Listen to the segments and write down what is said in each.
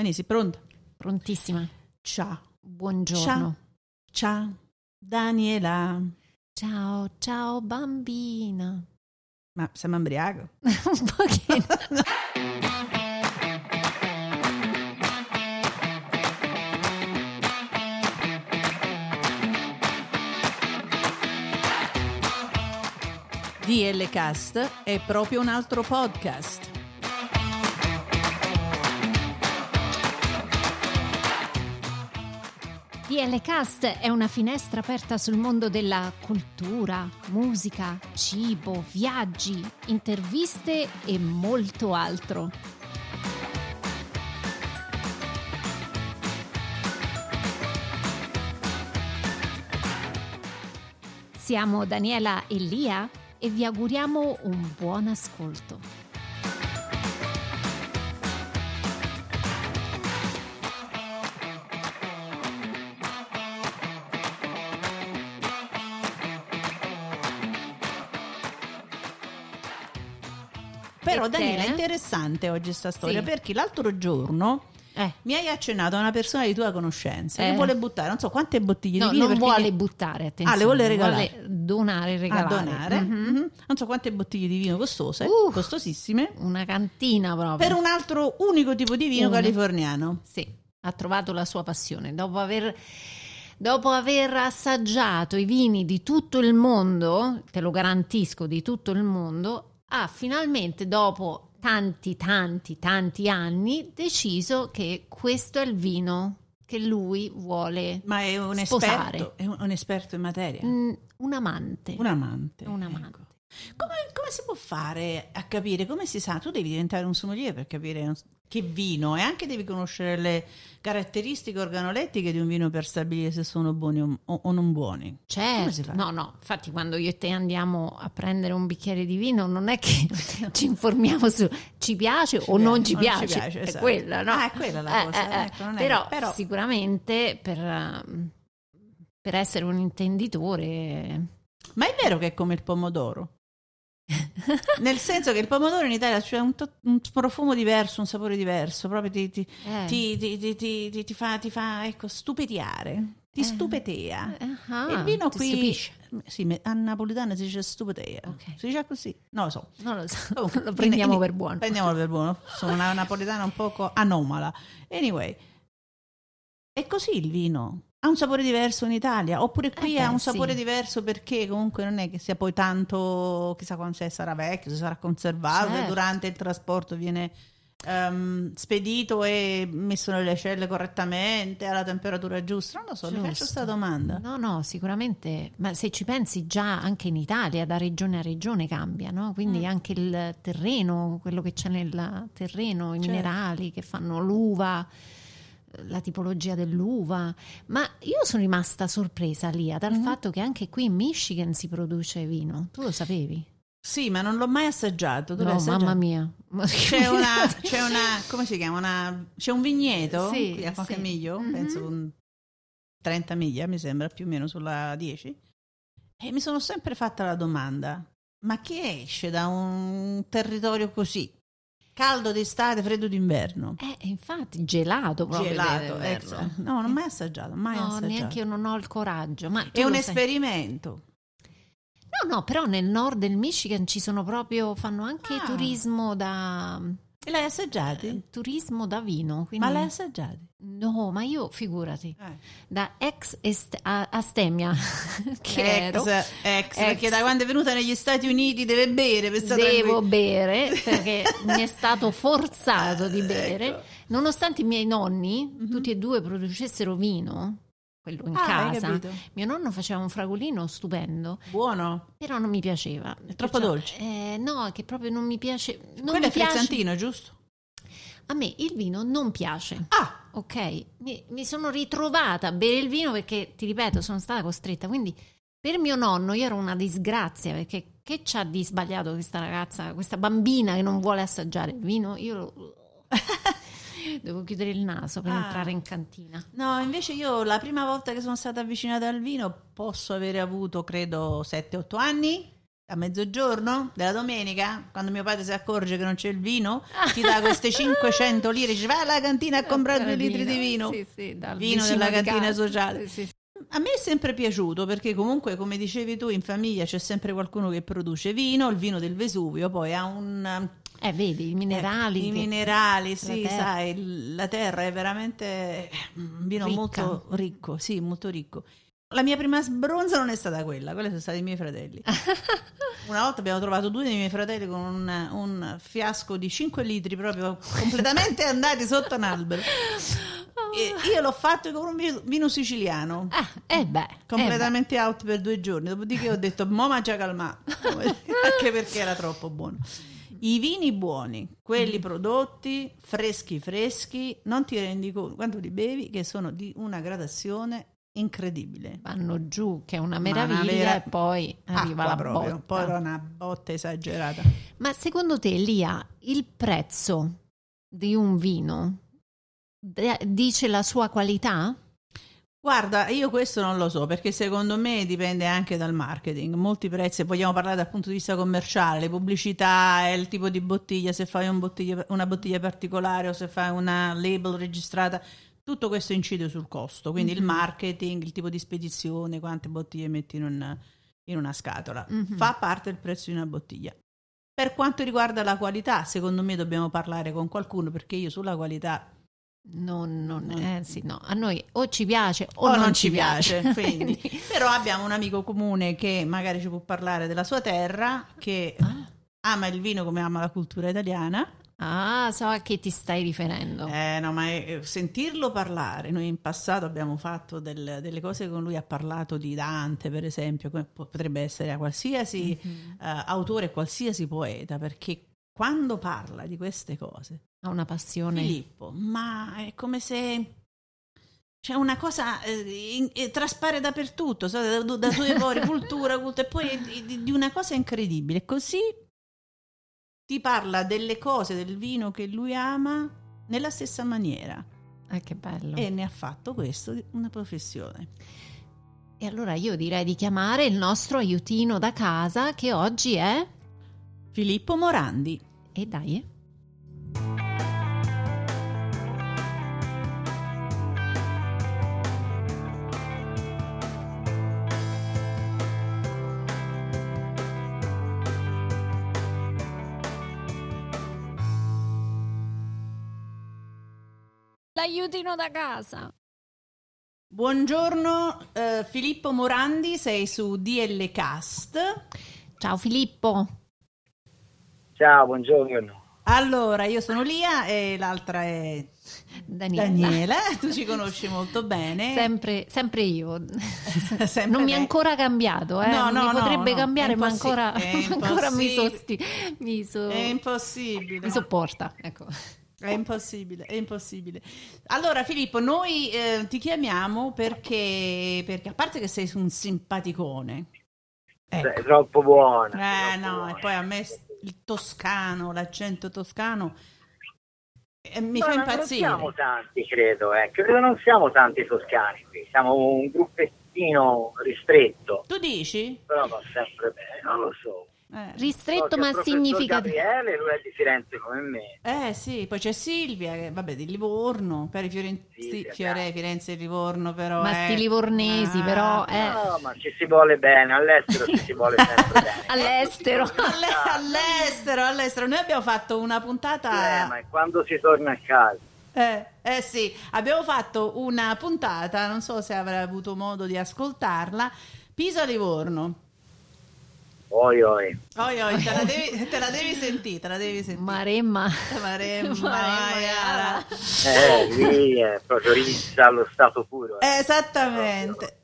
Sei pronta? Prontissima. Ciao. Buongiorno. Ciao. Daniela. Ciao bambina. Ma siamo embriaco? Un pochino. DL Cast è proprio un altro podcast. DL Cast è una finestra aperta sul mondo della cultura, musica, cibo, viaggi, interviste e molto altro. Siamo Daniela e Lia e vi auguriamo un buon ascolto. Però Daniela, è interessante oggi sta storia, sì, perché l'altro giorno mi hai accennato a una persona di tua conoscenza che vuole buttare, non so quante bottiglie di vino. Non vuole buttare, attenzione. Le vuole regalare. Vuole donare, regalare. Non so quante bottiglie di vino costose, costosissime. Una cantina proprio. Per un altro unico tipo di vino californiano. Sì, ha trovato la sua passione. Dopo aver assaggiato i vini di tutto il mondo, te lo garantisco, di tutto il mondo, ha finalmente, dopo tanti anni, deciso che questo è il vino che lui vuole sposare. Ma è un esperto in materia? Un amante. Ecco. Come si può fare a capire, come si sa? Tu devi diventare un sommelier per capire che vino, e anche devi conoscere le caratteristiche organolettiche di un vino per stabilire se sono buoni o non buoni. Certo, come si fa? No, infatti quando io e te andiamo a prendere un bicchiere di vino non è che ci informiamo su ci piace o non ci piace, è esatto. Quella, no? È quella la cosa. Ecco, non però è, sicuramente per essere un intenditore... Ma è vero che è come il pomodoro? Nel senso che il pomodoro in Italia c'è un profumo diverso, un sapore diverso, proprio ti fa ecco, stupeteare, ti stupetea. Il vino qui stupisce. Sì, a napoletano si dice stupetea. Okay. Si dice così? Non lo so. Lo prendiamo per buono. Prendiamolo per buono. Sono una napoletana un poco anomala. Anyway, è così il vino. Ha un sapore diverso in Italia, oppure qui ha un sapore diverso perché comunque non è che sia poi tanto, chissà quando sarà vecchio, se sarà conservato, certo, e durante il trasporto viene spedito e messo nelle celle correttamente, alla temperatura giusta. Non lo so, mi faccio questa domanda. No, sicuramente, ma se ci pensi già anche in Italia da regione a regione cambia, no? Quindi anche il terreno, quello che c'è nel terreno, i minerali che fanno l'uva, la tipologia dell'uva. Ma io sono rimasta sorpresa, Lia, dal fatto che anche qui in Michigan si produce vino. Tu lo sapevi? Sì, ma non l'ho mai assaggiato. Tu l'hai assaggiato? Mamma mia. C'è una come si chiama? C'è un vigneto qui a qualche miglio, penso 30 miglia, mi sembra, più o meno sulla 10. E mi sono sempre fatta la domanda: ma chi esce da un territorio così? Caldo d'estate, freddo d'inverno. Infatti, gelato proprio. Gelato, no, non ho mai assaggiato, neanche io non ho il coraggio. Ma è un esperimento. No, però nel nord del Michigan ci sono proprio, fanno anche turismo da... E l'hai assaggiati? Turismo da vino. Quindi... Ma l'hai assaggiati? No, ma io, figurati, da ex Astemia, perché da quando è venuta negli Stati Uniti deve bere. Devo bere, perché mi è stato forzato di bere, ecco. Nonostante i miei nonni, tutti e due, producessero vino, quello in casa. Mio nonno faceva un fragolino stupendo, buono, però non mi piaceva. È troppo dolce. No, che proprio non mi piace. Quello è frizzantino, giusto? A me il vino non piace. Ok, mi sono ritrovata a bere il vino perché, ti ripeto, sono stata costretta. Quindi per mio nonno io ero una disgrazia, perché che c'ha di sbagliato questa ragazza, questa bambina che non vuole assaggiare il vino? Io devo chiudere il naso per entrare in cantina. No, invece io la prima volta che sono stata avvicinata al vino posso avere avuto, credo, 7-8 anni. a mezzogiorno della domenica, quando mio padre si accorge che non c'è il vino, ti dà queste 500 lire, dice vai alla cantina a comprare 2 litri di vino, vino della cantina sociale. A me è sempre piaciuto perché comunque, come dicevi tu, in famiglia c'è sempre qualcuno che produce vino, il vino del Vesuvio poi ha un... vedi, i minerali. I minerali, sì, sai, la terra è veramente un vino molto ricco, sì, molto ricco. La mia prima sbronza non è stata quella sono stati i miei fratelli. Una volta abbiamo trovato 2 dei miei fratelli con un fiasco di 5 litri proprio completamente andati sotto un albero. E io l'ho fatto con un vino siciliano. Completamente out per 2 giorni. Dopodiché ho detto, mo' mangia calma, anche perché era troppo buono. I vini buoni, quelli prodotti, freschi, non ti rendi conto quanto li bevi, che sono di una gradazione incredibile. Vanno giù, che è una meraviglia, e poi arriva la botta. Poi era una botta esagerata. Ma secondo te, Lia, il prezzo di un vino dice la sua qualità? Guarda, io questo non lo so, perché secondo me dipende anche dal marketing. Molti prezzi, vogliamo parlare dal punto di vista commerciale, le pubblicità, il tipo di bottiglia, se fai una bottiglia particolare o se fai una label registrata, tutto questo incide sul costo. Quindi il marketing, il tipo di spedizione, quante bottiglie metti in una scatola, fa parte del prezzo di una bottiglia. Per quanto riguarda la qualità, secondo me dobbiamo parlare con qualcuno, perché io sulla qualità... No. A noi o ci piace o non ci piace. Quindi. Però abbiamo un amico comune che magari ci può parlare della sua terra, che ama il vino come ama la cultura italiana. So a che ti stai riferendo. No, ma sentirlo parlare, noi in passato abbiamo fatto delle cose con lui, ha parlato di Dante per esempio, come potrebbe essere a qualsiasi autore, qualsiasi poeta, perché quando parla di queste cose ha una passione. Filippo, ma è come se c'è una cosa traspare dappertutto, da due pori, cultura, e poi di una cosa incredibile. Così ti parla delle cose del vino che lui ama nella stessa maniera. Che bello. E ne ha fatto questo una professione. E allora io direi di chiamare il nostro aiutino da casa, che oggi è Filippo Morandi. E dai. L'aiutino da casa. Buongiorno Filippo Morandi, sei su DL Cast. Ciao Filippo. Ciao, buongiorno. Allora, io sono Lia e l'altra è Daniela. Tu ci conosci molto bene. Sempre io. Sempre non mi è ancora cambiato, No, potrebbe cambiare, ma ancora mi è impossibile. Mi sopporta, ecco. È impossibile. Allora Filippo, noi ti chiamiamo perché a parte che sei un simpaticone. Ecco. Sei troppo buona. E poi a me il toscano, l'accento toscano mi fa impazzire. Non siamo tanti, credo non siamo tanti toscani qui, siamo un gruppettino ristretto. Tu dici? Però va sempre bene, non lo so. Ristretto ma significativo. Gabriele, lui è di Firenze come me. Sì, poi c'è Silvia che di Livorno, per i Firenze e Livorno, però ma sti livornesi però no, ma ci si vuole bene, all'estero ci si vuole sempre bene. all'estero. Noi abbiamo fatto una puntata ma quando si torna a casa. Sì, abbiamo fatto una puntata, non so se avrai avuto modo di ascoltarla, Pisa-Livorno. Oi, te la devi sentire. Maremma. Lì è proprio rissa allo stato puro. Esattamente.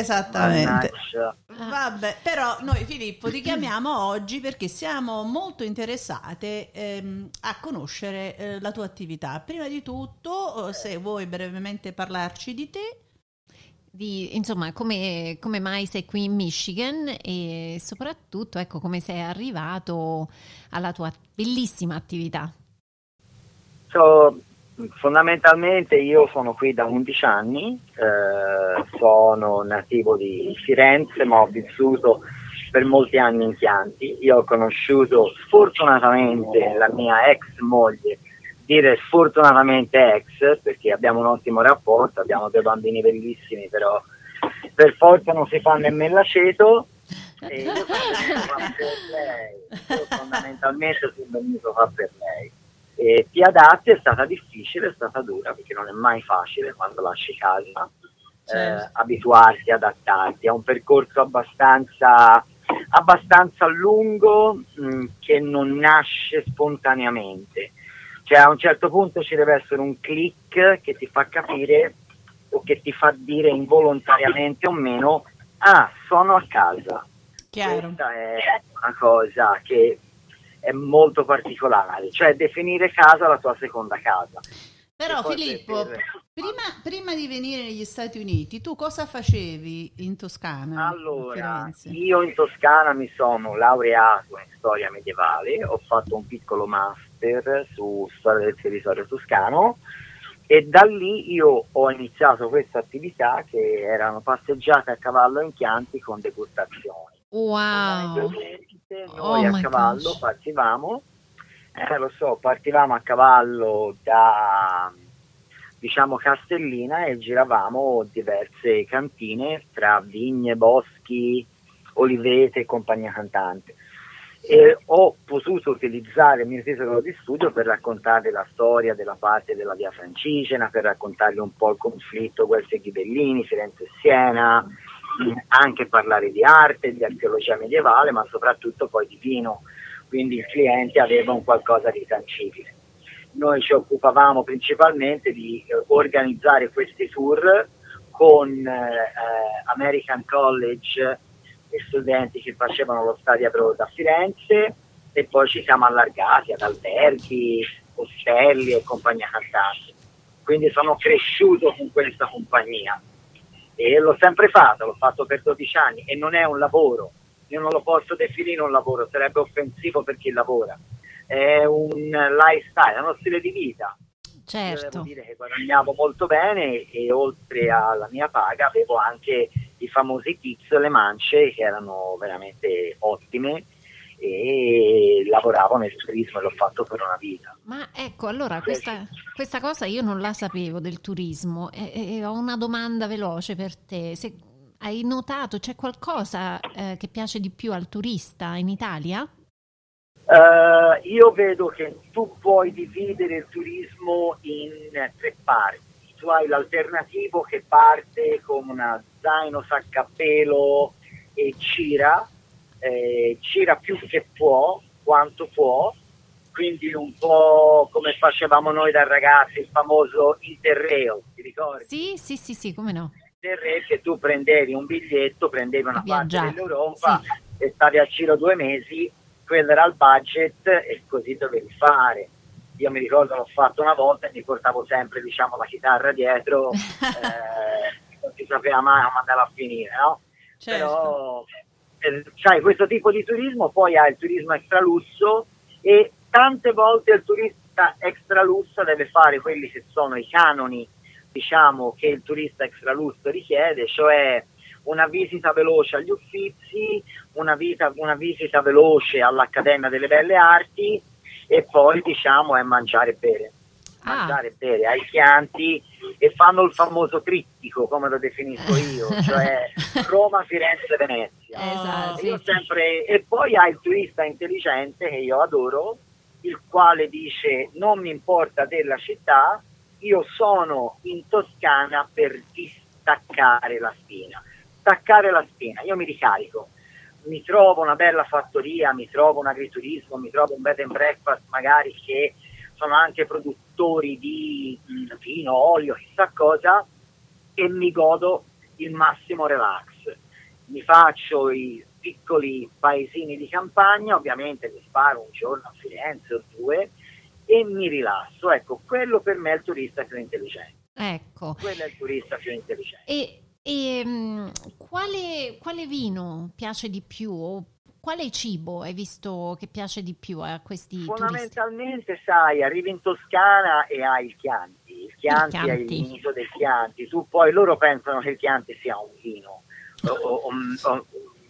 Vabbè, però noi Filippo ti chiamiamo oggi perché siamo molto interessate a conoscere la tua attività. Prima di tutto, se vuoi brevemente parlarci di te. Insomma, come mai sei qui in Michigan e soprattutto, ecco, come sei arrivato alla tua bellissima attività. Fondamentalmente io sono qui da 11 anni, sono nativo di Firenze, ma ho vissuto per molti anni in Chianti. Io ho conosciuto sfortunatamente la mia ex moglie, dire sfortunatamente ex, perché abbiamo un ottimo rapporto, abbiamo 2 bambini bellissimi, però per forza non si fa nemmeno l'aceto, e io sono venuto qua per lei, io fondamentalmente sono venuto qua per lei. E ti adatti, è stata difficile, è stata dura, perché non è mai facile quando lasci casa, abituarti, adattarti. È un percorso abbastanza lungo, che non nasce spontaneamente. Cioè a un certo punto ci deve essere un click che ti fa capire o che ti fa dire involontariamente o meno: ah, sono a casa. Chiaro. Questa è una cosa che è molto particolare, cioè definire casa la tua seconda casa. Però Filippo, prima di venire negli Stati Uniti, tu cosa facevi in Toscana? Allora, io in Toscana mi sono laureato in storia medievale, ho fatto un piccolo master su storia del territorio toscano, e da lì io ho iniziato questa attività, che erano passeggiate a cavallo in Chianti con degustazioni. Wow! Noi a cavallo partivamo, partivamo a cavallo da, diciamo, Castellina, e giravamo diverse cantine tra vigne, boschi, olivete e compagnia cantante. E ho potuto utilizzare il mio titolo di studio per raccontare la storia della parte della Via Francigena, per raccontargli un po' il conflitto Guelfi e Ghibellini, Firenze e Siena, anche parlare di arte, di archeologia medievale, ma soprattutto poi di vino, quindi il cliente aveva un qualcosa di tangibile. Noi ci occupavamo principalmente di organizzare questi tour con American College e studenti che facevano lo study abroad a Firenze, e poi ci siamo allargati ad alberghi, ostelli e compagnia cantante. Quindi sono cresciuto con questa compagnia e l'ho sempre fatto, l'ho fatto per 12 anni, e non è un lavoro, io non lo posso definire un lavoro, sarebbe offensivo per chi lavora, è un lifestyle, è uno stile di vita. Certo. Io devo dire che guadagnavo molto bene, e oltre alla mia paga avevo anche i famosi tips, le mance, che erano veramente ottime, e lavoravo nel turismo e l'ho fatto per una vita. Ma ecco, allora questa cosa io non la sapevo del turismo, e ho una domanda veloce per te. Se hai notato, c'è qualcosa che piace di più al turista in Italia? Io vedo che tu puoi dividere il turismo in 3 parti. Tu hai l'alternativo che parte con una zaino, sacca-a-pelo e gira più che può, quanto può, quindi un po' come facevamo noi da ragazzi, il famoso Interrail, ti ricordi? Sì, come no? Interrail, che tu prendevi un biglietto, prendevi una parte dell'Europa, sì, e stavi a giro 2 mesi, quello era il budget e così dovevi fare. Io mi ricordo, l'ho fatto una volta e mi portavo sempre, diciamo, la chitarra dietro, non si sapeva mai come andava a finire, no? Certo. Però c'hai questo tipo di turismo, poi hai il turismo extralusso, e tante volte il turista extralusso deve fare quelli che sono i canoni, diciamo, che il turista extralusso richiede, cioè una visita veloce agli Uffizi, una visita veloce all'Accademia delle Belle Arti, e poi, diciamo, è mangiare e bere. Mangiare e bere ai Chianti, e fanno il famoso trittico, come lo definisco io, cioè Roma, Firenze, Venezia. Esatto. Io sempre, e poi hai il turista intelligente, che io adoro, il quale dice: non mi importa della città, io sono in Toscana per distaccare la spina. Staccare la spina, io mi ricarico, mi trovo una bella fattoria, mi trovo un agriturismo, mi trovo un bed and breakfast magari che sono anche produttori di vino, olio, chissà cosa, e mi godo il massimo relax. Mi faccio i piccoli paesini di campagna, ovviamente mi sparo un giorno a Firenze o 2 e mi rilasso. Ecco, quello per me è il turista più intelligente. Ecco. Quello è il turista più intelligente. E quale vino piace di più, o quale cibo hai visto che piace di più a questi Fondamentalmente, turisti? sai, arrivi in Toscana e hai il Chianti. Il Chianti è il mito del Chianti. Tu poi, loro pensano che il Chianti sia un vino,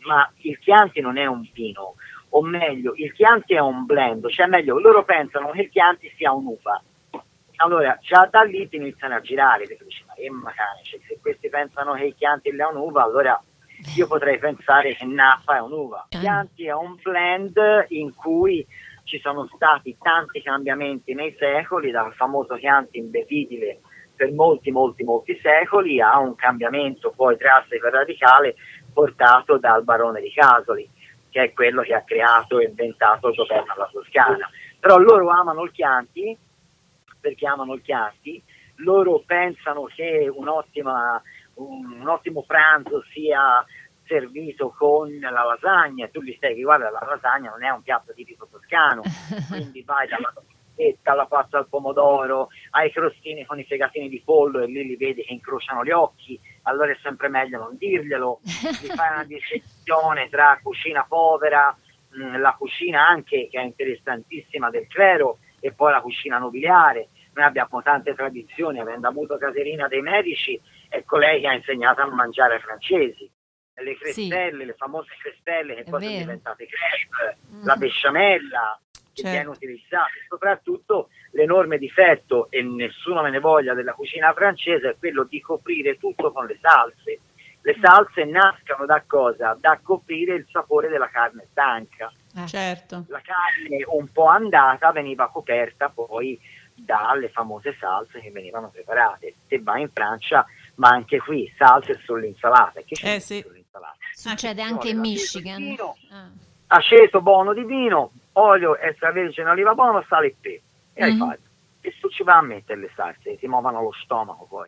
ma il Chianti non è un vino, o meglio, il Chianti è un blend, cioè meglio, loro pensano che il Chianti sia un'uva. Allora, già da lì ti iniziano a girare, perché dici, ma cioè, se questi pensano che il Chianti è un'uva, allora io potrei pensare che Napa è un'uva. Il Chianti è un blend in cui ci sono stati tanti cambiamenti nei secoli, dal famoso Chianti imbevibile per molti secoli a un cambiamento poi drastico e radicale portato dal barone di Casoli, che è quello che ha creato e inventato il governo della Toscana. Però loro amano il Chianti, perché amano il Chianti, loro pensano che un ottimo pranzo sia servito con la lasagna, tu gli spieghi, guarda, la lasagna non è un piatto tipico toscano, quindi vai dalla tomatina alla pasta al pomodoro, ai crostini con i fegatini di pollo e lì li vedi che incrociano gli occhi, allora è sempre meglio non dirglielo, di fare una distinzione tra cucina povera, la cucina anche che è interessantissima del clero e poi la cucina nobiliare. Noi abbiamo tante tradizioni, avendo avuto Caterina dei Medici, ecco lei che ha insegnato a mangiare ai francesi. Le crespelle, sì, le famose crespelle che poi sono diventate crepe, la besciamella che viene utilizzata, soprattutto l'enorme difetto, e nessuno me ne voglia, della cucina francese è quello di coprire tutto con le salse. Le salse nascono da cosa? Da coprire il sapore della carne stanca. Certo. La carne un po' andata veniva coperta poi dalle famose salse che venivano preparate. Se vai in Francia, ma anche qui salse sull'insalata. Che c'è sull'insalata? Succede anche in Michigan. Aceto buono di vino, olio extravergine oliva buono, sale e pepe. E hai fatto. E tu ci vai a mettere le salse, ti muovono lo stomaco poi.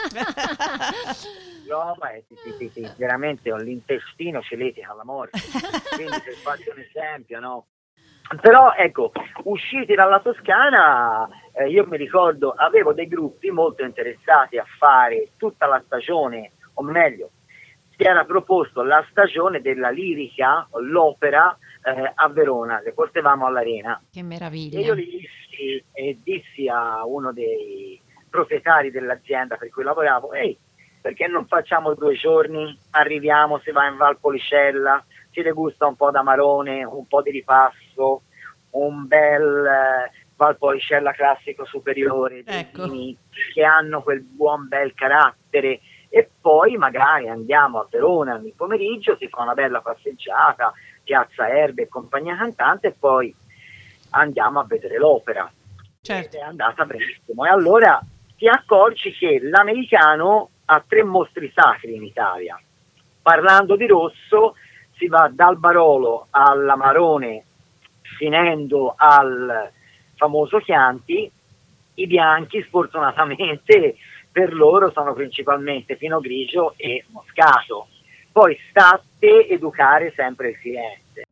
Veramente l'intestino ce l'eti alla morte. Quindi se faccio un esempio, no? Però ecco, usciti dalla Toscana, io mi ricordo avevo dei gruppi molto interessati a fare tutta la stagione, o meglio, si era proposto la stagione della lirica, l'opera a Verona, le portavamo all'Arena. Che meraviglia! E io dissi a uno dei proprietari dell'azienda per cui lavoravo, ehi, perché non facciamo 2 giorni, arriviamo, si va in Valpolicella, si degusta un po' d'amarone, un po' di ripasso, un bel Valpolicella classico superiore, ecco, vini che hanno quel buon bel carattere, e poi magari andiamo a Verona nel pomeriggio, si fa una bella passeggiata, Piazza Erbe e compagnia cantante, e poi andiamo a vedere l'opera. Certo. Ed è andata benissimo. E allora ti accorgi che l'americano ha 3 mostri sacri in Italia. Parlando di rosso, si va dal Barolo all'Amarone, finendo al famoso Chianti. I bianchi, sfortunatamente, per loro sono principalmente Pinot Grigio e Moscato. Poi sta a te educare sempre il cliente.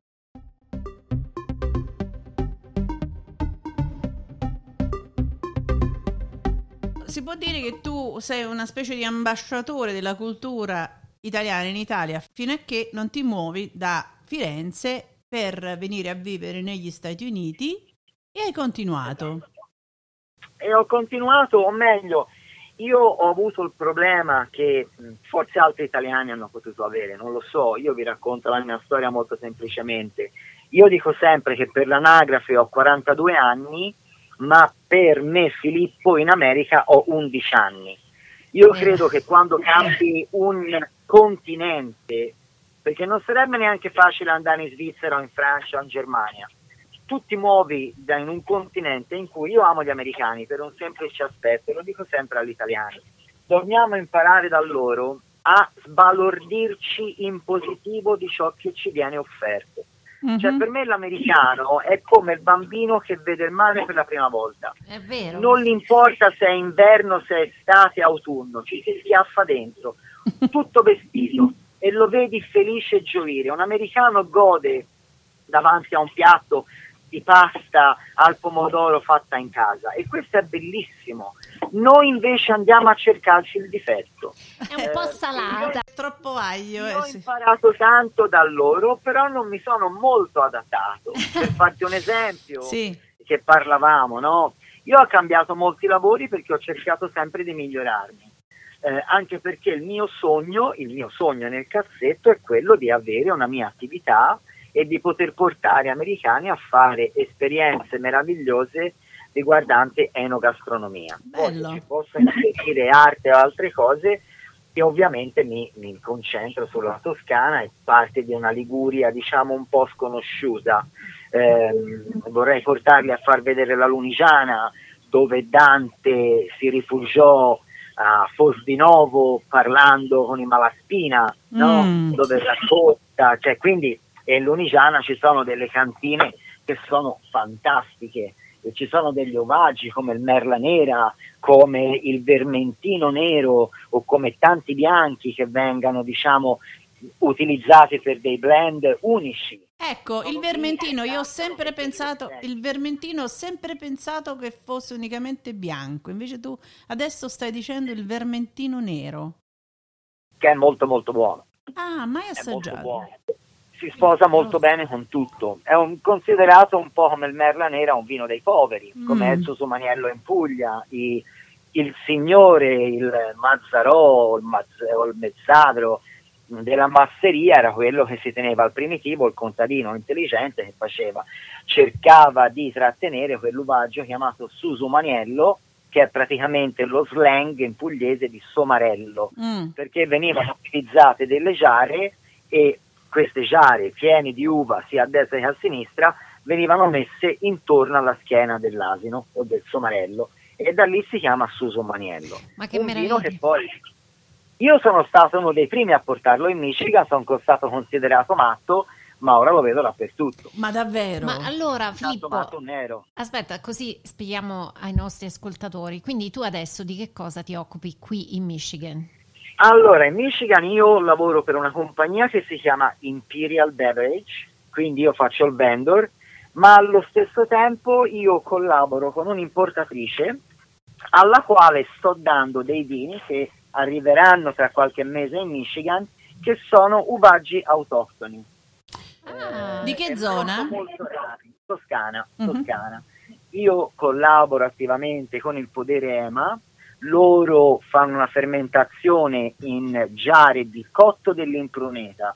Si può dire che tu sei una specie di ambasciatore della cultura italiana in Italia, fino a che non ti muovi da Firenze per venire a vivere negli Stati Uniti, e hai continuato. E ho continuato, o meglio, io ho avuto il problema che forse altri italiani hanno potuto avere, non lo so, io vi racconto la mia storia molto semplicemente. Io dico sempre che per l'anagrafe ho 42 anni, ma per me Filippo in America ho 11 anni. Io credo che quando cambi un continente, perché non sarebbe neanche facile andare in Svizzera o in Francia o in Germania, tu ti muovi in un continente in cui io amo gli americani per un semplice aspetto, lo dico sempre agli italiani, dobbiamo imparare da loro a sbalordirci in positivo di ciò che ci viene offerto. Cioè per me l'americano è come il bambino che vede il mare per la prima volta. È vero. Non gli importa se è inverno, se è estate, autunno, ci si schiaffa dentro, tutto vestito, e lo vedi felice e gioire. Un americano gode davanti a un piatto di pasta al pomodoro fatta in casa, e questo è bellissimo. Noi invece andiamo a cercarci il difetto. È un po' salata, troppo aglio. Io ho imparato tanto da loro, però non mi sono molto adattato. Per farti un esempio, che parlavamo, no? Io ho cambiato molti lavori perché ho cercato sempre di migliorarmi. anche perché il mio sogno nel cassetto è quello di avere una mia attività e di poter portare americani a fare esperienze meravigliose riguardanti enogastronomia. Poi ci posso inserire arte o altre cose, e ovviamente mi concentro sulla Toscana e parte di una Liguria diciamo un po' sconosciuta. Vorrei portarli a far vedere la Lunigiana, dove Dante si rifugiò a Fosdinovo parlando con i Malaspina, no? Dove racconta, cioè, quindi in Lunigiana ci sono delle cantine che sono fantastiche, e ci sono degli ovaggi come il Merla Nera, come il Vermentino Nero, o come tanti bianchi che vengano diciamo utilizzati per dei blend unici. Ecco, il vermentino, io ho sempre pensato che fosse unicamente bianco, invece tu adesso stai dicendo il vermentino nero. Che è molto molto buono. Ah, mai assaggiato. Si sposa molto bene con tutto. È considerato un po' come il Merla Nera, un vino dei poveri, come il Susumaniello in Puglia, il Signore, il Mazzarò, il Mezzadro della masseria era quello che si teneva al primitivo, il contadino intelligente che cercava di trattenere quell'uvaggio chiamato Susumaniello, che è praticamente lo slang in pugliese di somarello, perché venivano utilizzate delle giare, e queste giare piene di uva sia a destra che a sinistra venivano messe intorno alla schiena dell'asino o del somarello, e da lì si chiama Susumaniello. Ma che meraviglia! Vino che poi io sono stato uno dei primi a portarlo in Michigan, sono stato considerato matto, ma ora lo vedo dappertutto. Ma davvero? Ma allora Filippo, nero. Aspetta, così spieghiamo ai nostri ascoltatori. Quindi tu adesso di che cosa ti occupi qui in Michigan? Allora, in Michigan io lavoro per una compagnia che si chiama Imperial Beverage, quindi io faccio il vendor, ma allo stesso tempo io collaboro con un'importatrice alla quale sto dando dei vini che arriveranno tra qualche mese in Michigan, che sono uvaggi autoctoni. Di che zona? Molto rari. Toscana. Io collaboro attivamente con il Podere EMA, loro fanno una fermentazione in giare di cotto dell'impruneta.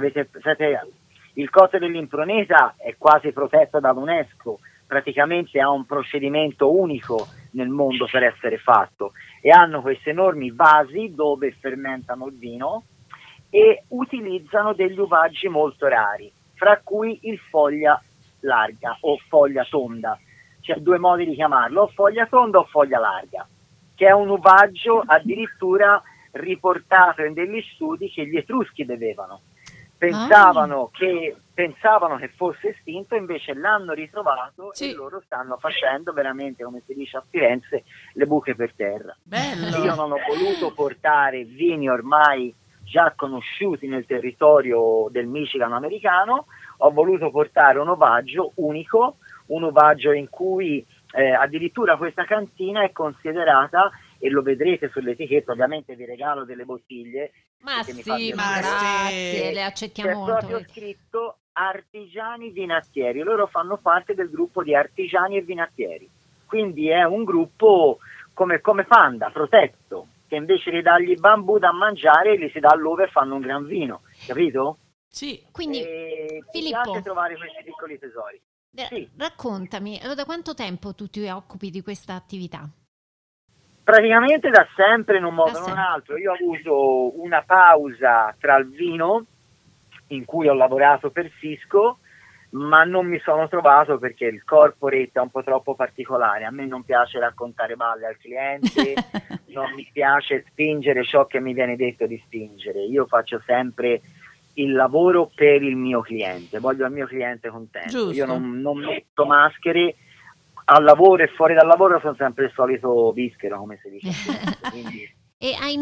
Il cotto dell'impruneta è quasi protetto dall'UNESCO, praticamente ha un procedimento unico nel mondo per essere fatto, e hanno questi enormi vasi dove fermentano il vino e utilizzano degli uvaggi molto rari, fra cui il foglia larga o foglia tonda. C'è due modi di chiamarlo, o foglia tonda o foglia larga, che è un uvaggio addirittura riportato in degli studi che gli Etruschi bevevano. Pensavano che fosse estinto, invece l'hanno ritrovato, e loro stanno facendo veramente, come si dice a Firenze, le buche per terra. Bello. Io non ho voluto portare vini ormai già conosciuti nel territorio del Michigan americano, ho voluto portare un uvaggio unico, un uvaggio in cui addirittura questa cantina è considerata, e lo vedrete sull'etichetta, ovviamente vi regalo delle bottiglie. Ma sì, ma grazie, le accettiamo molto. C'è proprio scritto Artigiani Vinatieri, loro fanno parte del gruppo di artigiani e vinatieri, quindi è un gruppo come Panda, protetto, che invece di dargli bambù da mangiare gli si dà l'uva e fanno un gran vino, capito? Sì. Quindi Filippo, anche trovare questi piccoli tesori. Sì. Raccontami, da quanto tempo tu ti occupi di questa attività? Praticamente da sempre, in un modo o in un altro. Io ho avuto una pausa tra il vino, in cui ho lavorato per Cisco, ma non mi sono trovato perché il corporate è un po' troppo particolare. A me non piace raccontare balle al cliente, non mi piace spingere ciò che mi viene detto di spingere. Io faccio sempre il lavoro per il mio cliente, voglio il mio cliente contento. Giusto. Io non metto maschere. Al lavoro e fuori dal lavoro sono sempre il solito bischero, come si dice. Quindi e hai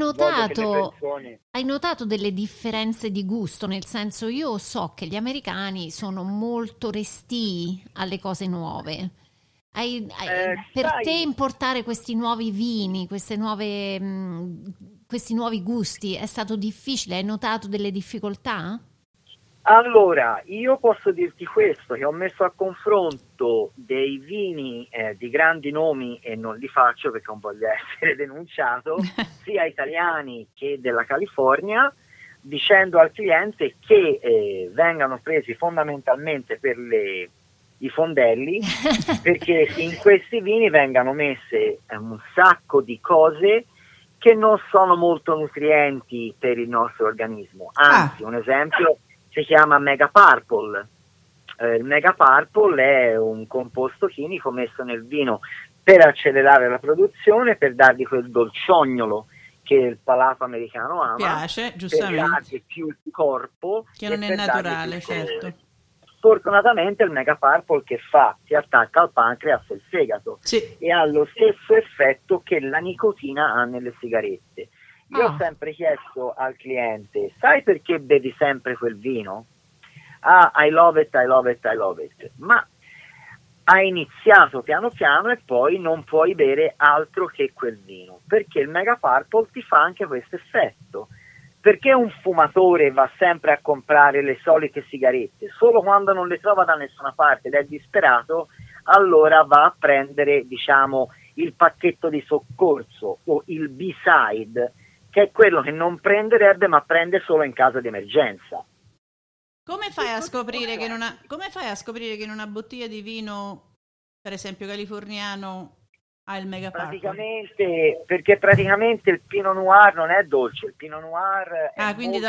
notato delle differenze di gusto? Nel senso, io so che gli americani sono molto restii alle cose nuove. Per te importare questi nuovi vini, questi nuovi gusti, è stato difficile? Hai notato delle difficoltà? Allora, io posso dirti questo, che ho messo a confronto dei vini di grandi nomi, e non li faccio perché non voglio essere denunciato, sia italiani che della California, dicendo al cliente che vengano presi fondamentalmente per i fondelli, perché in questi vini vengano messe un sacco di cose che non sono molto nutrienti per il nostro organismo. Anzi, un esempio si chiama Mega Purple. Il Mega Purple è un composto chimico messo nel vino per accelerare la produzione, per dargli quel dolciognolo che il palato americano ama, piace, giustamente, per dargli più corpo, che non è naturale, certo. Fortunatamente il Mega Purple che fa? Si attacca al pancreas e al fegato, sì, e ha lo stesso effetto che la nicotina ha nelle sigarette. Io ho sempre chiesto al cliente: sai perché bevi sempre quel vino? I love it, I love it, I love it. Ma hai iniziato piano piano e poi non puoi bere altro che quel vino, perché il Mega Purple ti fa anche questo effetto. Perché un fumatore va sempre a comprare le solite sigarette? Solo quando non le trova da nessuna parte ed è disperato, allora va a prendere, diciamo, il pacchetto di soccorso o il B-side, che è quello che non prenderebbe ma prende solo in caso di emergenza. Come fai a scoprire che in una bottiglia di vino, per esempio californiano, ha il Mega Purple? Perché praticamente il Pinot Noir non è dolce, il Pinot Noir è quindi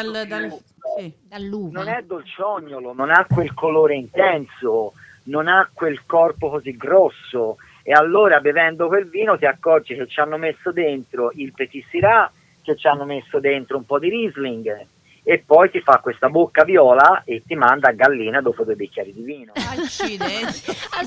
dall'uva. Non è dolciognolo, non ha quel colore intenso, non ha quel corpo così grosso, e allora bevendo quel vino ti accorgi che ci hanno messo dentro il Petit Syrah, che ci hanno messo dentro un po' di Riesling, e poi ti fa questa bocca viola e ti manda a gallina dopo 2 bicchieri di vino. Accidenti.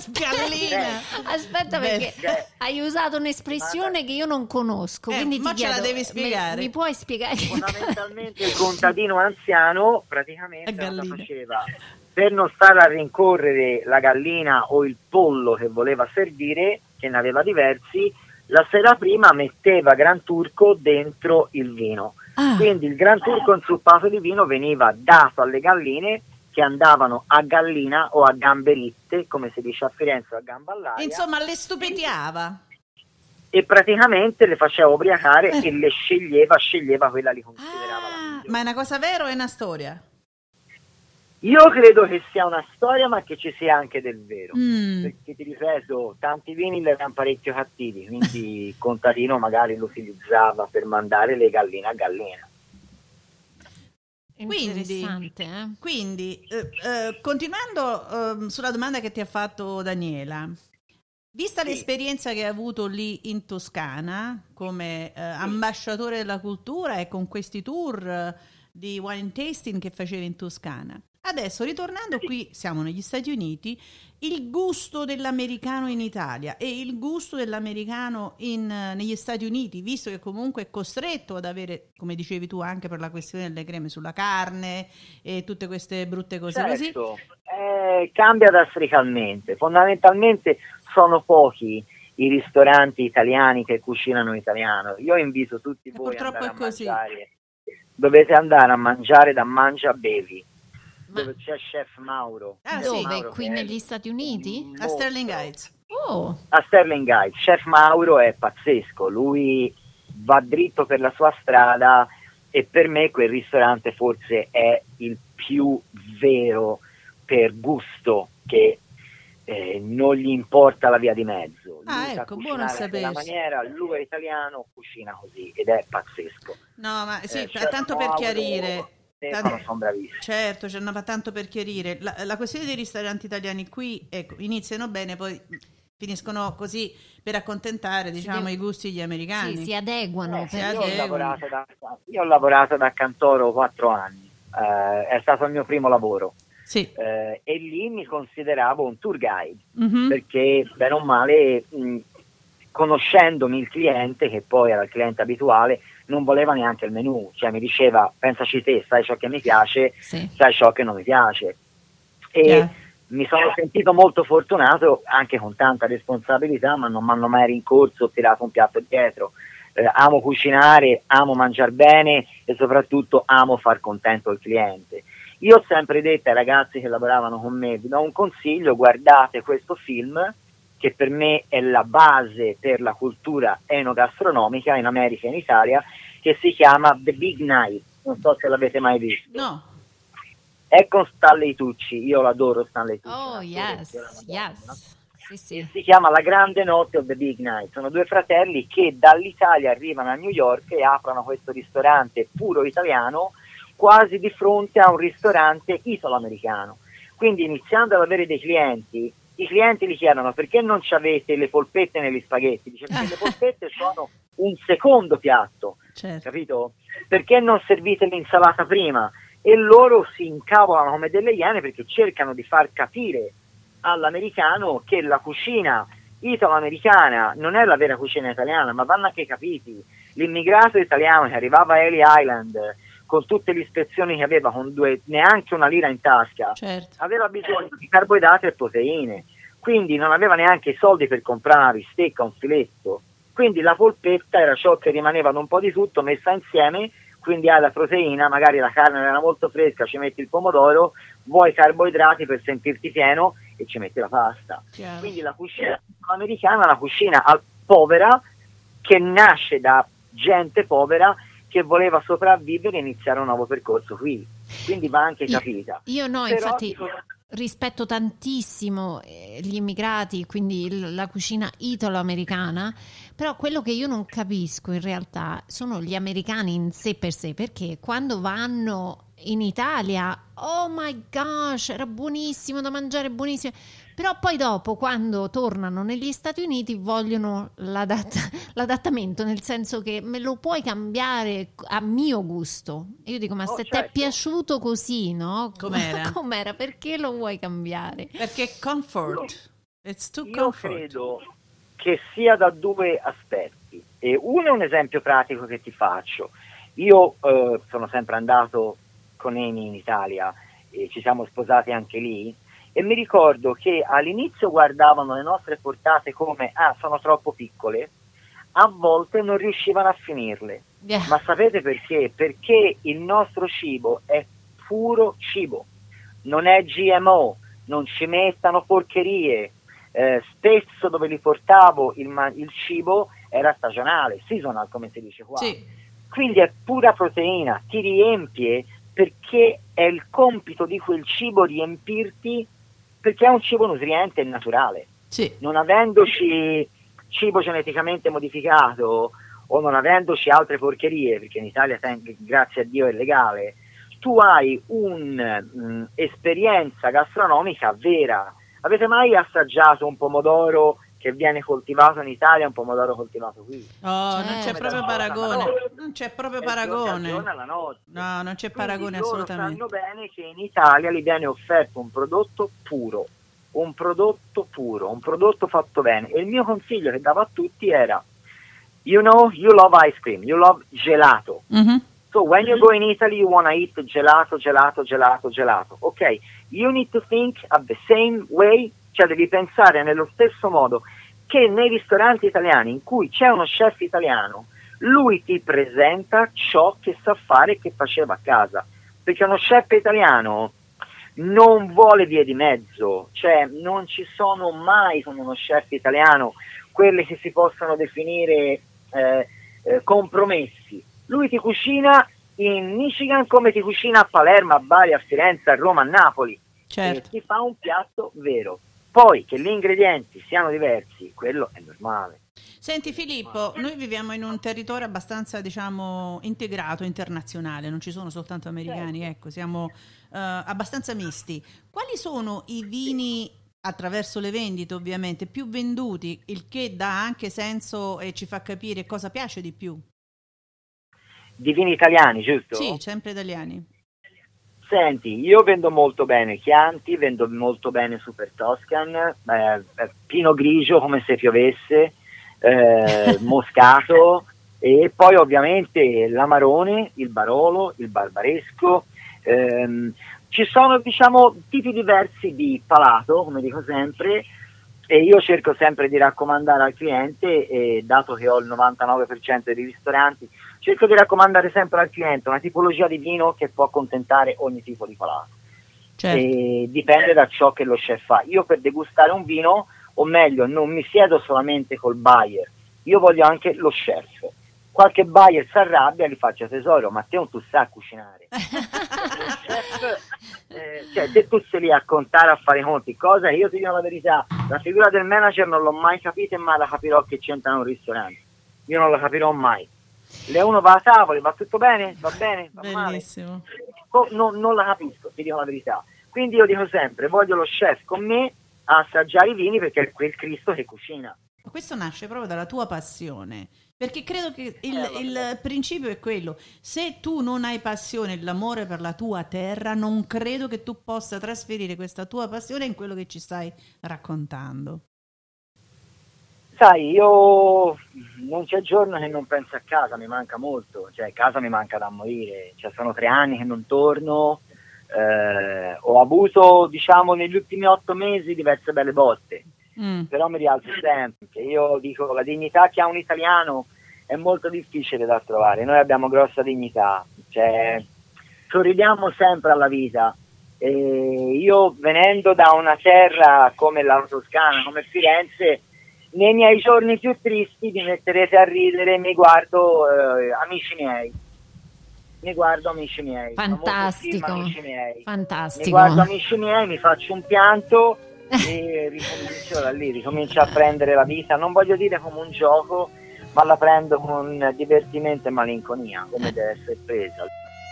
Aspetta, perché hai usato un'espressione che io non conosco, quindi ti chiedo, ce la devi spiegare. Mi puoi spiegare? Fondamentalmente il contadino anziano praticamente cosa faceva? Per non stare a rincorrere la gallina o il pollo che voleva servire, che ne aveva diversi, la sera prima metteva Gran Turco dentro il vino. Quindi il Gran Turco inzuppato di vino veniva dato alle galline, che andavano a gallina o a gamberitte, come si dice a Firenze, a gamba all'aria. Insomma, le stupetiava. E praticamente le faceva ubriacare e le sceglieva quella li considerava la migliore. Ma è una cosa vera o è una storia? Io credo che sia una storia, ma che ci sia anche del vero, perché ti ripeto, tanti vini li erano parecchio cattivi, quindi il contadino magari lo utilizzava per mandare le galline a gallina. Quindi continuando sulla domanda che ti ha fatto Daniela, vista l'esperienza che hai avuto lì in Toscana come ambasciatore della cultura e con questi tour di wine tasting che facevi in Toscana, adesso ritornando qui, siamo negli Stati Uniti, il gusto dell'americano in Italia e il gusto dell'americano negli Stati Uniti, visto che comunque è costretto ad avere, come dicevi tu, anche per la questione delle creme sulla carne e tutte queste brutte cose così. Cambia drasticamente. Fondamentalmente sono pochi i ristoranti italiani che cucinano italiano. Io invito tutti voi ad andare a mangiare. Dovete andare a mangiare da Mangia Bevi, dove c'è Chef Mauro. Dove? Mauro, qui negli Stati Uniti? A Sterling Heights. A Sterling Heights. Chef Mauro è pazzesco, lui va dritto per la sua strada, e per me quel ristorante forse è il più vero per gusto, che non gli importa la via di mezzo. Ecco, buono a sapersi. Maniera, lui è italiano, cucina così ed è pazzesco. No, ma sì, tanto per chiarire. Sono bravissimi. Certo, tanto per chiarire. La questione dei ristoranti italiani qui, ecco, iniziano bene, poi finiscono così per accontentare, diciamo, i gusti degli americani. Sì, si adeguano. Io ho lavorato da cantoro 4 anni, è stato il mio primo lavoro. Sì. E lì mi consideravo un tour guide, perché bene o male, conoscendomi il cliente, che poi era il cliente abituale, non voleva neanche il menù, cioè mi diceva: pensaci te, sai ciò che mi piace, sai ciò che non mi piace. E mi sono sentito molto fortunato, anche con tanta responsabilità, ma non mi hanno mai rincorso o tirato un piatto dietro. Amo cucinare, amo mangiare bene e soprattutto amo far contento il cliente. Io ho sempre detto ai ragazzi che lavoravano con me, vi do un consiglio, guardate questo film, che per me è la base per la cultura enogastronomica in America e in Italia, che si chiama The Big Night, non so se l'avete mai visto. No. È con Stanley Tucci, io l'adoro Stanley Tucci. Oh, yes. Sì. Si chiama La Grande Notte of the Big Night. Sono due fratelli che dall'Italia arrivano a New York e aprono questo ristorante puro italiano quasi di fronte a un ristorante italo-americano. Quindi iniziando ad avere dei clienti, i clienti gli chiedono perché non ci avete le polpette negli spaghetti? Dice perché le polpette sono un secondo piatto, certo. Capito? Perché non servite l'insalata prima? E loro si incavolano come delle iene perché cercano di far capire all'americano che la cucina italo-americana non è la vera cucina italiana, ma vanno anche capiti. L'immigrato italiano che arrivava a Ellis Island con tutte le ispezioni che aveva, con neanche una lira in tasca, certo. Aveva bisogno di carboidrati e proteine, quindi non aveva neanche i soldi per comprare una bistecca, un filetto, quindi la polpetta era ciò che rimaneva da un po' di tutto messa insieme, quindi hai la proteina, magari la carne era molto fresca, ci metti il pomodoro, vuoi carboidrati per sentirti pieno e ci metti la pasta. Chiaro. Quindi la cucina americana è una cucina povera che nasce da gente povera che voleva sopravvivere e iniziare un nuovo percorso qui. Quindi va anche capita. Io no, però, infatti rispetto tantissimo gli immigrati, quindi la cucina italo-americana, però quello che io non capisco in realtà sono gli americani in sé per sé, perché quando vanno in Italia, oh my gosh, era buonissimo da mangiare, buonissimo, però poi dopo quando tornano negli Stati Uniti vogliono l'adattamento, nel senso che me lo puoi cambiare a mio gusto. E io dico, ma se ti è piaciuto così, no? Com'era? Perché lo vuoi cambiare? Perché comfort. It's too io comfort. Credo che sia da due aspetti. E uno è un esempio pratico che ti faccio. Io sono sempre andato con Amy in Italia e ci siamo sposati anche lì e mi ricordo che all'inizio guardavano le nostre portate come sono troppo piccole, a volte non riuscivano a finirle. Ma sapete perché? Perché il nostro cibo è puro cibo, non è GMO, non ci mettano porcherie. Spesso dove li portavo il cibo era stagionale, seasonal come si dice qua. Sì. Quindi è pura proteina, ti riempie perché è il compito di quel cibo riempirti, perché è un cibo nutriente e naturale. Sì. Non avendoci cibo geneticamente modificato o non avendoci altre porcherie, perché in Italia grazie a Dio è legale, tu hai un'esperienza gastronomica vera. Avete mai assaggiato un pomodoro che viene coltivato in Italia e un pomodoro coltivato qui? Oh, non c'è proprio paragone. Non c'è proprio paragone. No, non c'è paragone assolutamente. Loro sanno bene che in Italia gli viene offerto un prodotto puro, un prodotto fatto bene. E il mio consiglio che davo a tutti era, you love ice cream, you love gelato. Mm-hmm. So when you go in Italy, you want to eat gelato. Ok, you need to think of the same way, cioè devi pensare nello stesso modo che nei ristoranti italiani in cui c'è uno chef italiano, lui ti presenta ciò che sa fare e che faceva a casa, perché uno chef italiano non vuole vie di mezzo, cioè non ci sono mai con uno chef italiano quelle che si possono definire compromessi. Lui ti cucina in Michigan come ti cucina a Palermo, a Bari, a Firenze, a Roma, a Napoli. Certo. E ti fa un piatto vero. Poi che gli ingredienti siano diversi, quello è normale. Senti Filippo, noi viviamo in un territorio abbastanza, diciamo, integrato, internazionale, non ci sono soltanto americani, certo. Ecco, siamo abbastanza misti. Quali sono i vini, attraverso le vendite ovviamente, più venduti, il che dà anche senso e ci fa capire cosa piace di più? Di vini italiani, giusto? Sì, sempre italiani. Senti, io vendo molto bene Chianti, vendo molto bene Super Toscan, Pinot Grigio come se piovesse, Moscato e poi ovviamente l'Amarone, il Barolo, il Barbaresco. Ci sono, diciamo, tipi diversi di palato, come dico sempre, e io cerco sempre di raccomandare al cliente, dato che ho il 99% dei ristoranti, cerco di raccomandare sempre al cliente una tipologia di vino che può accontentare ogni tipo di palato. Certo. E dipende da ciò che lo chef fa. Io per degustare un vino, o meglio, non mi siedo solamente col buyer, io voglio anche lo chef. Qualche buyer si arrabbia e gli faccio: tesoro, ma te non tu sai cucinare. Cioè, se tu sei lì a contare, a fare i conti, cosa, io ti dico la verità, la figura del manager non l'ho mai capita e mai la capirò che c'entra in un ristorante. Io non la capirò mai. Le uno va a tavola, va tutto bene? Va bene? Va Bellissimo. male? Non la capisco, ti dico la verità. Quindi io dico sempre, voglio lo chef con me a assaggiare i vini, perché è quel Cristo che cucina. Questo nasce proprio dalla tua passione, perché credo che il principio è quello: se tu non hai passione, l'amore per la tua terra, non credo che tu possa trasferire questa tua passione in quello che ci stai raccontando. Sai, io non c'è giorno che non penso a casa, mi manca molto, cioè casa mi manca da morire, cioè sono 3 anni che non torno, ho avuto, diciamo, negli ultimi 8 mesi diverse belle botte. Però mi rialzo sempre. Io dico, la dignità che ha un italiano è molto difficile da trovare. Noi abbiamo grossa dignità, cioè sorridiamo sempre alla vita. E io, venendo da una terra come la Toscana, come Firenze, nei miei giorni più tristi vi metterete a ridere, mi guardo amici miei. Fantastico. Amici miei. Fantastico. Mi guardo amici miei, mi faccio un pianto e ricomincio da lì, ricomincio a prendere la vita, non voglio dire come un gioco, ma la prendo con divertimento e malinconia, come deve essere presa.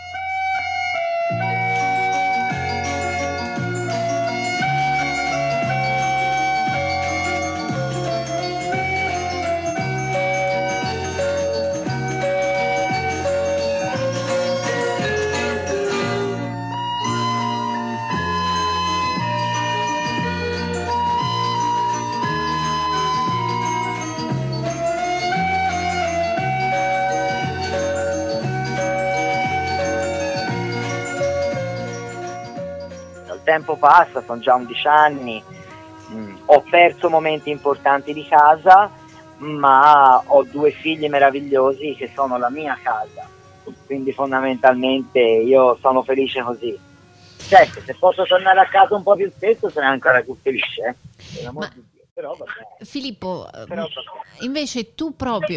Il tempo passa, sono già 11 anni, ho perso momenti importanti di casa, ma ho 2 figli meravigliosi che sono la mia casa, quindi fondamentalmente io sono felice così. Certo, se posso tornare a casa un po' più spesso sarei ancora più felice, per l'amor di Dio. Però vabbè. Filippo, invece tu,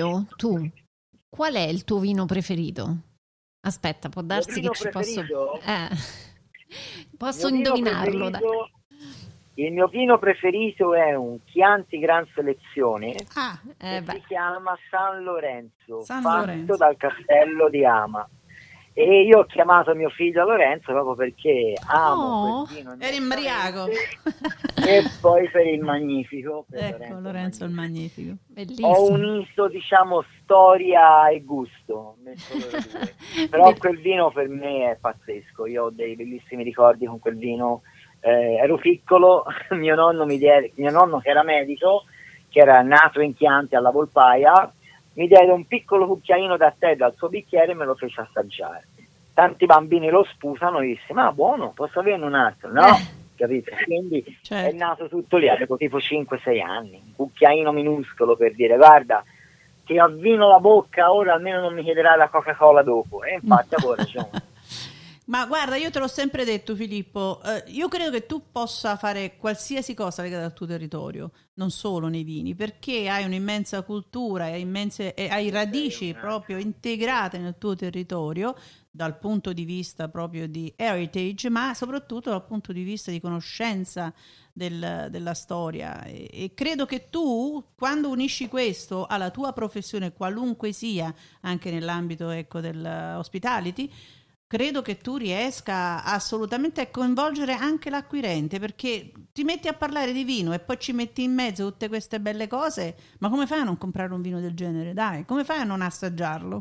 qual è il tuo vino preferito? Aspetta, può darsi che ci preferito? Posso indovinarlo. Il mio vino preferito è un Chianti Gran Selezione che si chiama San Lorenzo, fatto dal castello di Ama. E io ho chiamato mio figlio Lorenzo proprio perché amo quel vino. Eri imbriaco. E poi per il Magnifico. Ecco, Lorenzo il Magnifico. Bellissimo. Ho unito, diciamo, storia e gusto, però quel vino per me è pazzesco. Io ho dei bellissimi ricordi con quel vino. Ero piccolo, mio nonno che era medico, che era nato in Chianti alla Volpaia, mi diede un piccolo cucchiaino da tè dal suo bicchiere e me lo fece assaggiare. Tanti bambini lo sputano e disse: ma buono, posso averne un altro? No, capite? Quindi certo. È nato tutto lì, avevo tipo 5-6 anni, un cucchiaino minuscolo per dire: guarda, ti avvino la bocca, ora almeno non mi chiederai la Coca-Cola dopo. E infatti avevo ragione. Ma guarda, io te l'ho sempre detto, Filippo, io credo che tu possa fare qualsiasi cosa legata al tuo territorio, non solo nei vini, perché hai un'immensa cultura e hai radici proprio integrate nel tuo territorio dal punto di vista proprio di heritage, ma soprattutto dal punto di vista di conoscenza della storia. E credo che tu, quando unisci questo alla tua professione, qualunque sia, anche nell'ambito dell'hospitality, credo che tu riesca assolutamente a coinvolgere anche l'acquirente, perché ti metti a parlare di vino e poi ci metti in mezzo tutte queste belle cose, ma come fai a non comprare un vino del genere? Dai, come fai a non assaggiarlo?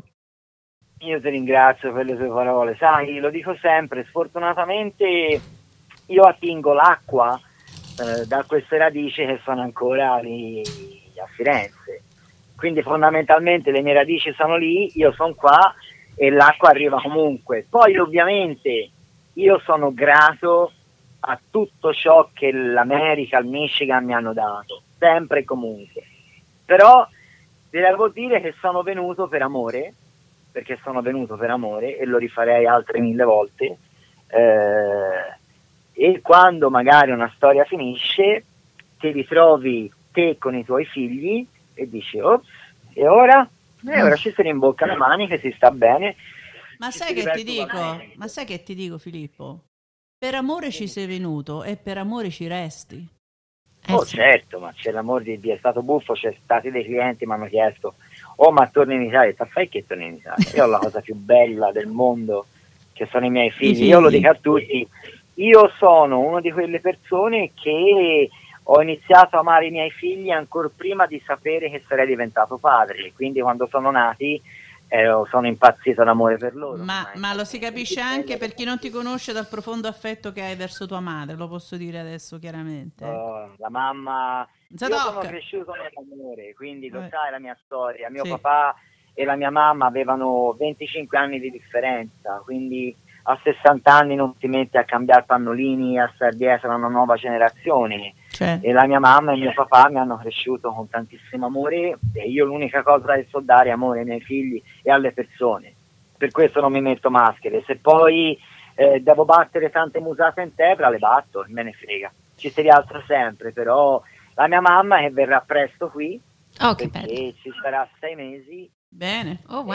Io ti ringrazio per le tue parole, sai, lo dico sempre, sfortunatamente io attingo l'acqua da queste radici che sono ancora lì a Firenze, quindi fondamentalmente le mie radici sono lì, io sono qua e l'acqua arriva comunque. Poi ovviamente io sono grato a tutto ciò che l'America, il Michigan mi hanno dato, sempre e comunque, però vi devo dire che sono venuto per amore perché sono venuto per amore e lo rifarei altre 1000 volte. E quando magari una storia finisce, ti ritrovi te con i tuoi figli e dici, ops, e ora? Ora ci si rimbocca le maniche, si sta bene. Ma sai che ti dico, Filippo? Per amore ci sei venuto e per amore ci resti. Sì. Certo, ma c'è l'amore di Dio, è stato buffo, c'è stati dei clienti, mi hanno chiesto, ma torni in Italia? Fai che torni in Italia? Io ho la cosa più bella del mondo, che sono i miei figli. Io lo dico a tutti, io sono una di quelle persone che ho iniziato a amare i miei figli ancora prima di sapere che sarei diventato padre, quindi quando sono nati sono impazzito d'amore per loro. Ma lo si capisce anche per chi non ti conosce dal profondo affetto che hai verso tua madre, lo posso dire adesso chiaramente. La mamma, io sono cresciuto nell'amore, quindi lo sai la mia storia, mio papà e la mia mamma avevano 25 anni di differenza, quindi a 60 anni non ti metti a cambiare pannolini, a stare dietro a una nuova generazione. E la mia mamma e mio papà mi hanno cresciuto con tantissimo amore e io l'unica cosa che so dare è amore ai miei figli e alle persone. Per questo non mi metto maschere. Se poi devo battere tante musate in tempra, le batto, me ne frega. Ci si rialza sempre, però la mia mamma che verrà presto qui, perché ci sarà 6 mesi. Bene, wow.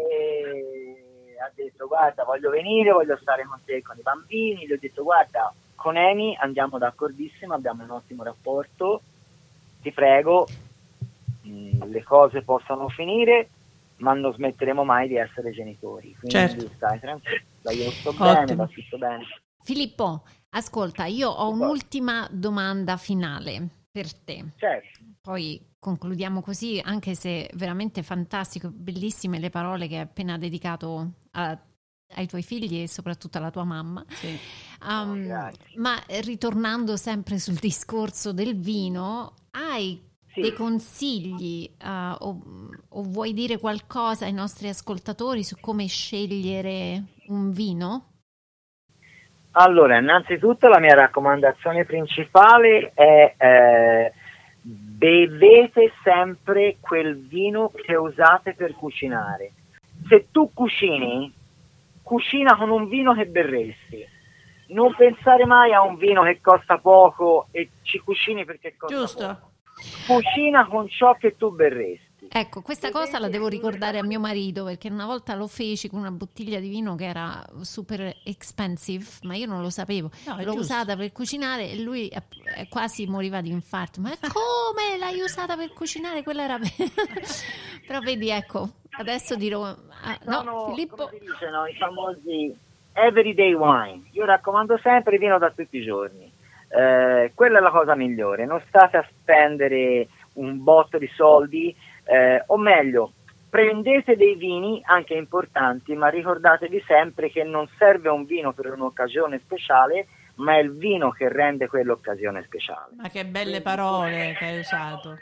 Ha detto guarda, voglio venire, voglio stare con te e con i bambini. Gli ho detto guarda, con Amy andiamo d'accordissimo, abbiamo un ottimo rapporto, ti prego, le cose possono finire ma non smetteremo mai di essere genitori, quindi stai tranquillo, io sto bene, va tutto bene. Filippo, ascolta, io ho un'ultima domanda finale per te. Certo. Poi concludiamo così, anche se veramente fantastico, bellissime le parole che hai appena dedicato ai tuoi figli e soprattutto alla tua mamma. Ma ritornando sempre sul discorso del vino, hai dei consigli o vuoi dire qualcosa ai nostri ascoltatori su come scegliere un vino? Allora, innanzitutto la mia raccomandazione principale è bevete sempre quel vino che usate per cucinare. Se tu cucina con un vino che berresti. Non pensare mai a un vino che costa poco e ci cucini perché costa poco. Cucina con ciò che tu berresti. Ecco, questa cosa la devo ricordare a mio marito, perché una volta lo feci con una bottiglia di vino che era super expensive, ma io non lo sapevo. L'ho usata per cucinare e lui quasi moriva di infarto. Ma come l'hai usata per cucinare? Quella era però vedi, ecco, adesso dirò Filippo, come si dicono i famosi everyday wine. Io raccomando sempre vino da tutti i giorni. Quella è la cosa migliore. Non state a spendere un botto di soldi, o meglio, prendete dei vini anche importanti, ma ricordatevi sempre che non serve un vino per un'occasione speciale, ma è il vino che rende quell'occasione speciale. Ma che belle parole che hai usato.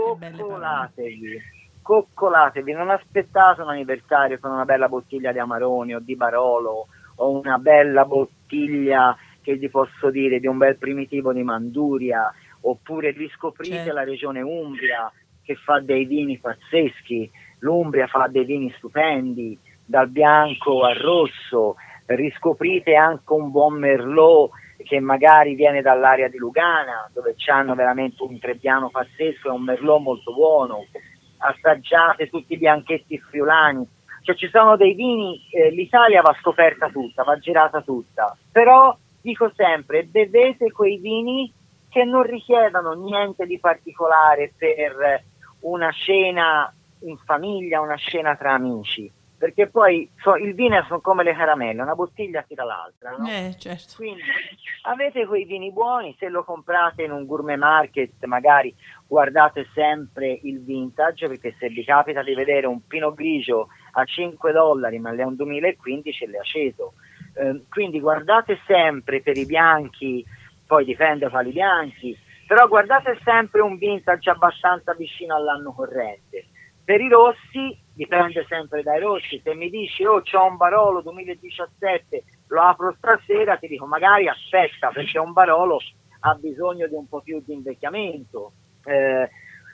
Coccolatevi, non aspettate un anniversario con una bella bottiglia di Amarone o di Barolo o una bella bottiglia, che vi posso dire, di un bel primitivo di Manduria, oppure riscoprite la regione Umbria che fa dei vini pazzeschi. L'Umbria fa dei vini stupendi, dal bianco al rosso. Riscoprite anche un buon Merlot che magari viene dall'area di Lugana, dove c'hanno veramente un Trebbiano pazzesco e un Merlot molto buono. Assaggiate tutti i bianchetti friulani. Cioè ci sono dei vini, l'Italia va scoperta tutta, va girata tutta, però dico sempre, bevete quei vini che non richiedano niente di particolare per una cena in famiglia, una cena tra amici, perché poi il vino sono come le caramelle, una bottiglia tira l'altra, no? Certo. Quindi avete quei vini buoni, se lo comprate in un gourmet market magari guardate sempre il vintage, perché se vi capita di vedere un Pinot Grigio a $5 ma è un 2015 l'è aceto, quindi guardate sempre per i bianchi, poi dipende quali bianchi, però guardate sempre un vintage abbastanza vicino all'anno corrente. Per i rossi dipende sempre dai rossi. Se mi dici c'ho un Barolo 2017, lo apro stasera, ti dico magari aspetta, perché un Barolo ha bisogno di un po' più di invecchiamento.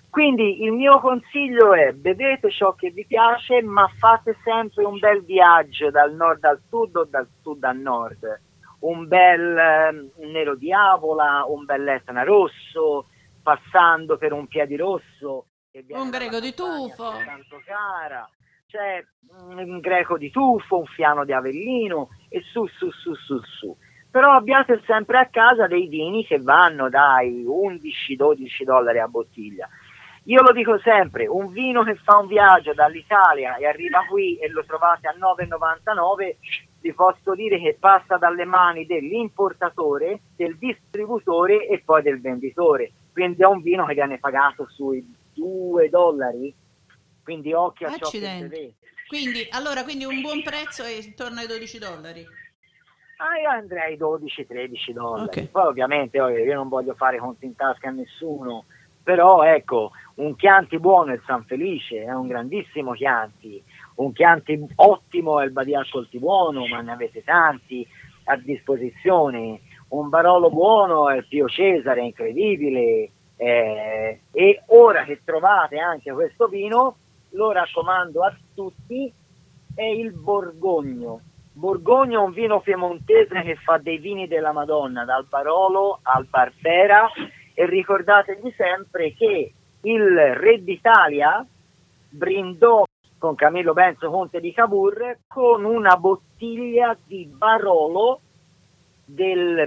Quindi il mio consiglio è: bevete ciò che vi piace, ma fate sempre un bel viaggio dal nord al sud o dal sud al nord. Un bel Nero di Avola, un bel Etna rosso, passando per un Piedi Rosso, un greco di tufo, tanto cara, c'è un greco di tufo, un fiano di Avellino e su. Però abbiate sempre a casa dei vini che vanno dai $11-12 a bottiglia. Io lo dico sempre, un vino che fa un viaggio dall'Italia e arriva qui e lo trovate a $9,99, vi posso dire che passa dalle mani dell'importatore, del distributore e poi del venditore. Quindi è un vino che viene pagato sui $2, quindi occhio a ciò che bevete. Quindi un buon prezzo è intorno ai $12. Io andrei $12-13. Okay. Poi ovviamente io non voglio fare conti in tasca a nessuno, però ecco, un Chianti buono è il San Felice, è un grandissimo Chianti, un Chianti ottimo è il Badia Coltibuono, ma ne avete tanti a disposizione, un Barolo buono è il Pio Cesare, incredibile, e ora che trovate anche questo vino, lo raccomando a tutti, è il Borgogno. Borgogno è un vino piemontese che fa dei vini della Madonna, dal Barolo al Barbera, e ricordatevi sempre che il re d'Italia brindò con Camillo Benso, conte di Cavour, con una bottiglia di Barolo del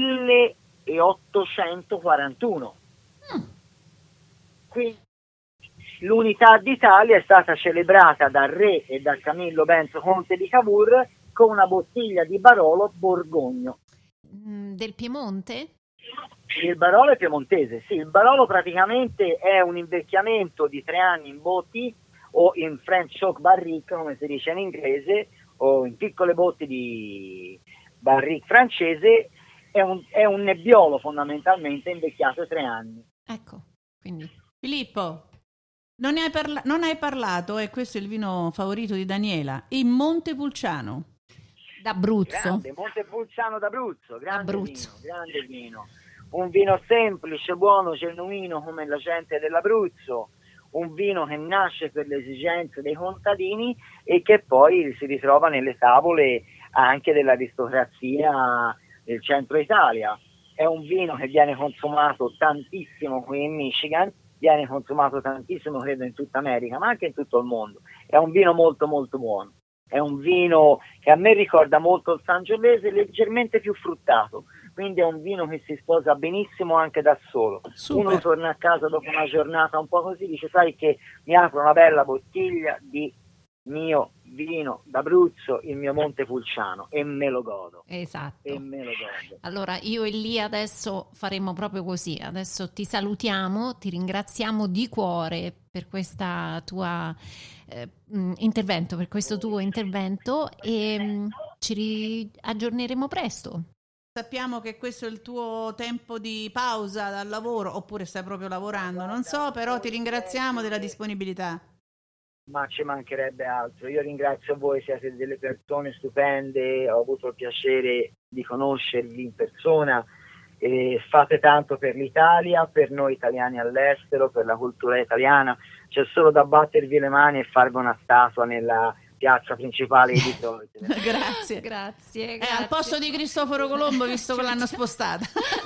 1841. Quindi l'unità d'Italia è stata celebrata dal re e da Camillo Benso, conte di Cavour, con una bottiglia di Barolo Borgogno. Del Piemonte? Il Barolo è piemontese, sì. Il Barolo praticamente è un invecchiamento di 3 anni in botti, o in French Oak Barrique, come si dice in inglese, o in piccole botti di barrique francese. È un nebbiolo fondamentalmente invecchiato 3 anni. Ecco, quindi. Filippo, non hai parlato, e questo è il vino favorito di Daniela, il Montepulciano d'Abruzzo. Grande, Montepulciano d'Abruzzo, grande vino. Un vino semplice, buono, genuino come la gente dell'Abruzzo, un vino che nasce per le esigenze dei contadini e che poi si ritrova nelle tavole anche dell'aristocrazia del centro Italia. È un vino che viene consumato tantissimo qui in Michigan, viene consumato tantissimo credo in tutta America, ma anche in tutto il mondo. È un vino molto molto buono. È un vino che a me ricorda molto il Sangiovese, leggermente più fruttato, quindi è un vino che si sposa benissimo anche da solo. Super. Uno torna a casa dopo una giornata un po' così, dice: sai che mi apro una bella bottiglia di mio vino d'Abruzzo, il mio Montepulciano, e me lo godo. Esatto. E me lo godo. Allora io e Lia adesso faremo proprio così. Adesso ti salutiamo, ti ringraziamo di cuore per questa tua intervento, per questo tuo intervento, e ci aggiorneremo presto. Sappiamo che questo è il tuo tempo di pausa dal lavoro, oppure stai proprio lavorando, non so, però ti ringraziamo della disponibilità. Ma ci mancherebbe altro. Io ringrazio voi, siete delle persone stupende, ho avuto il piacere di conoscervi in persona, e fate tanto per l'Italia, per noi italiani all'estero, per la cultura italiana. C'è solo da battervi le mani e farvi una statua nella piazza principale di Detroit. Grazie. Al posto di Cristoforo Colombo, visto che l'hanno spostata.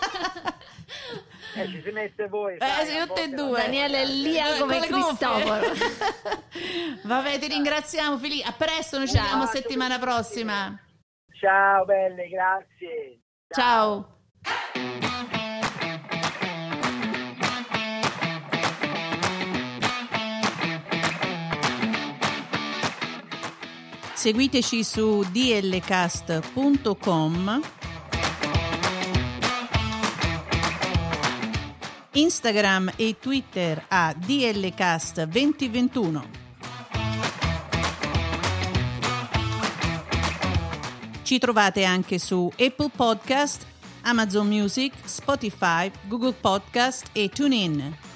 Ci si mette voi. Sì, tutte e due. Daniele e Lia come Cristoforo. Vabbè, ti ringraziamo, Filippo. A presto, noi ci vediamo settimana prossima. Ciao belle, grazie. Ciao. Seguiteci su dlcast.com, Instagram e Twitter a dlcast2021. Ci trovate anche su Apple Podcast, Amazon Music, Spotify, Google Podcast e TuneIn.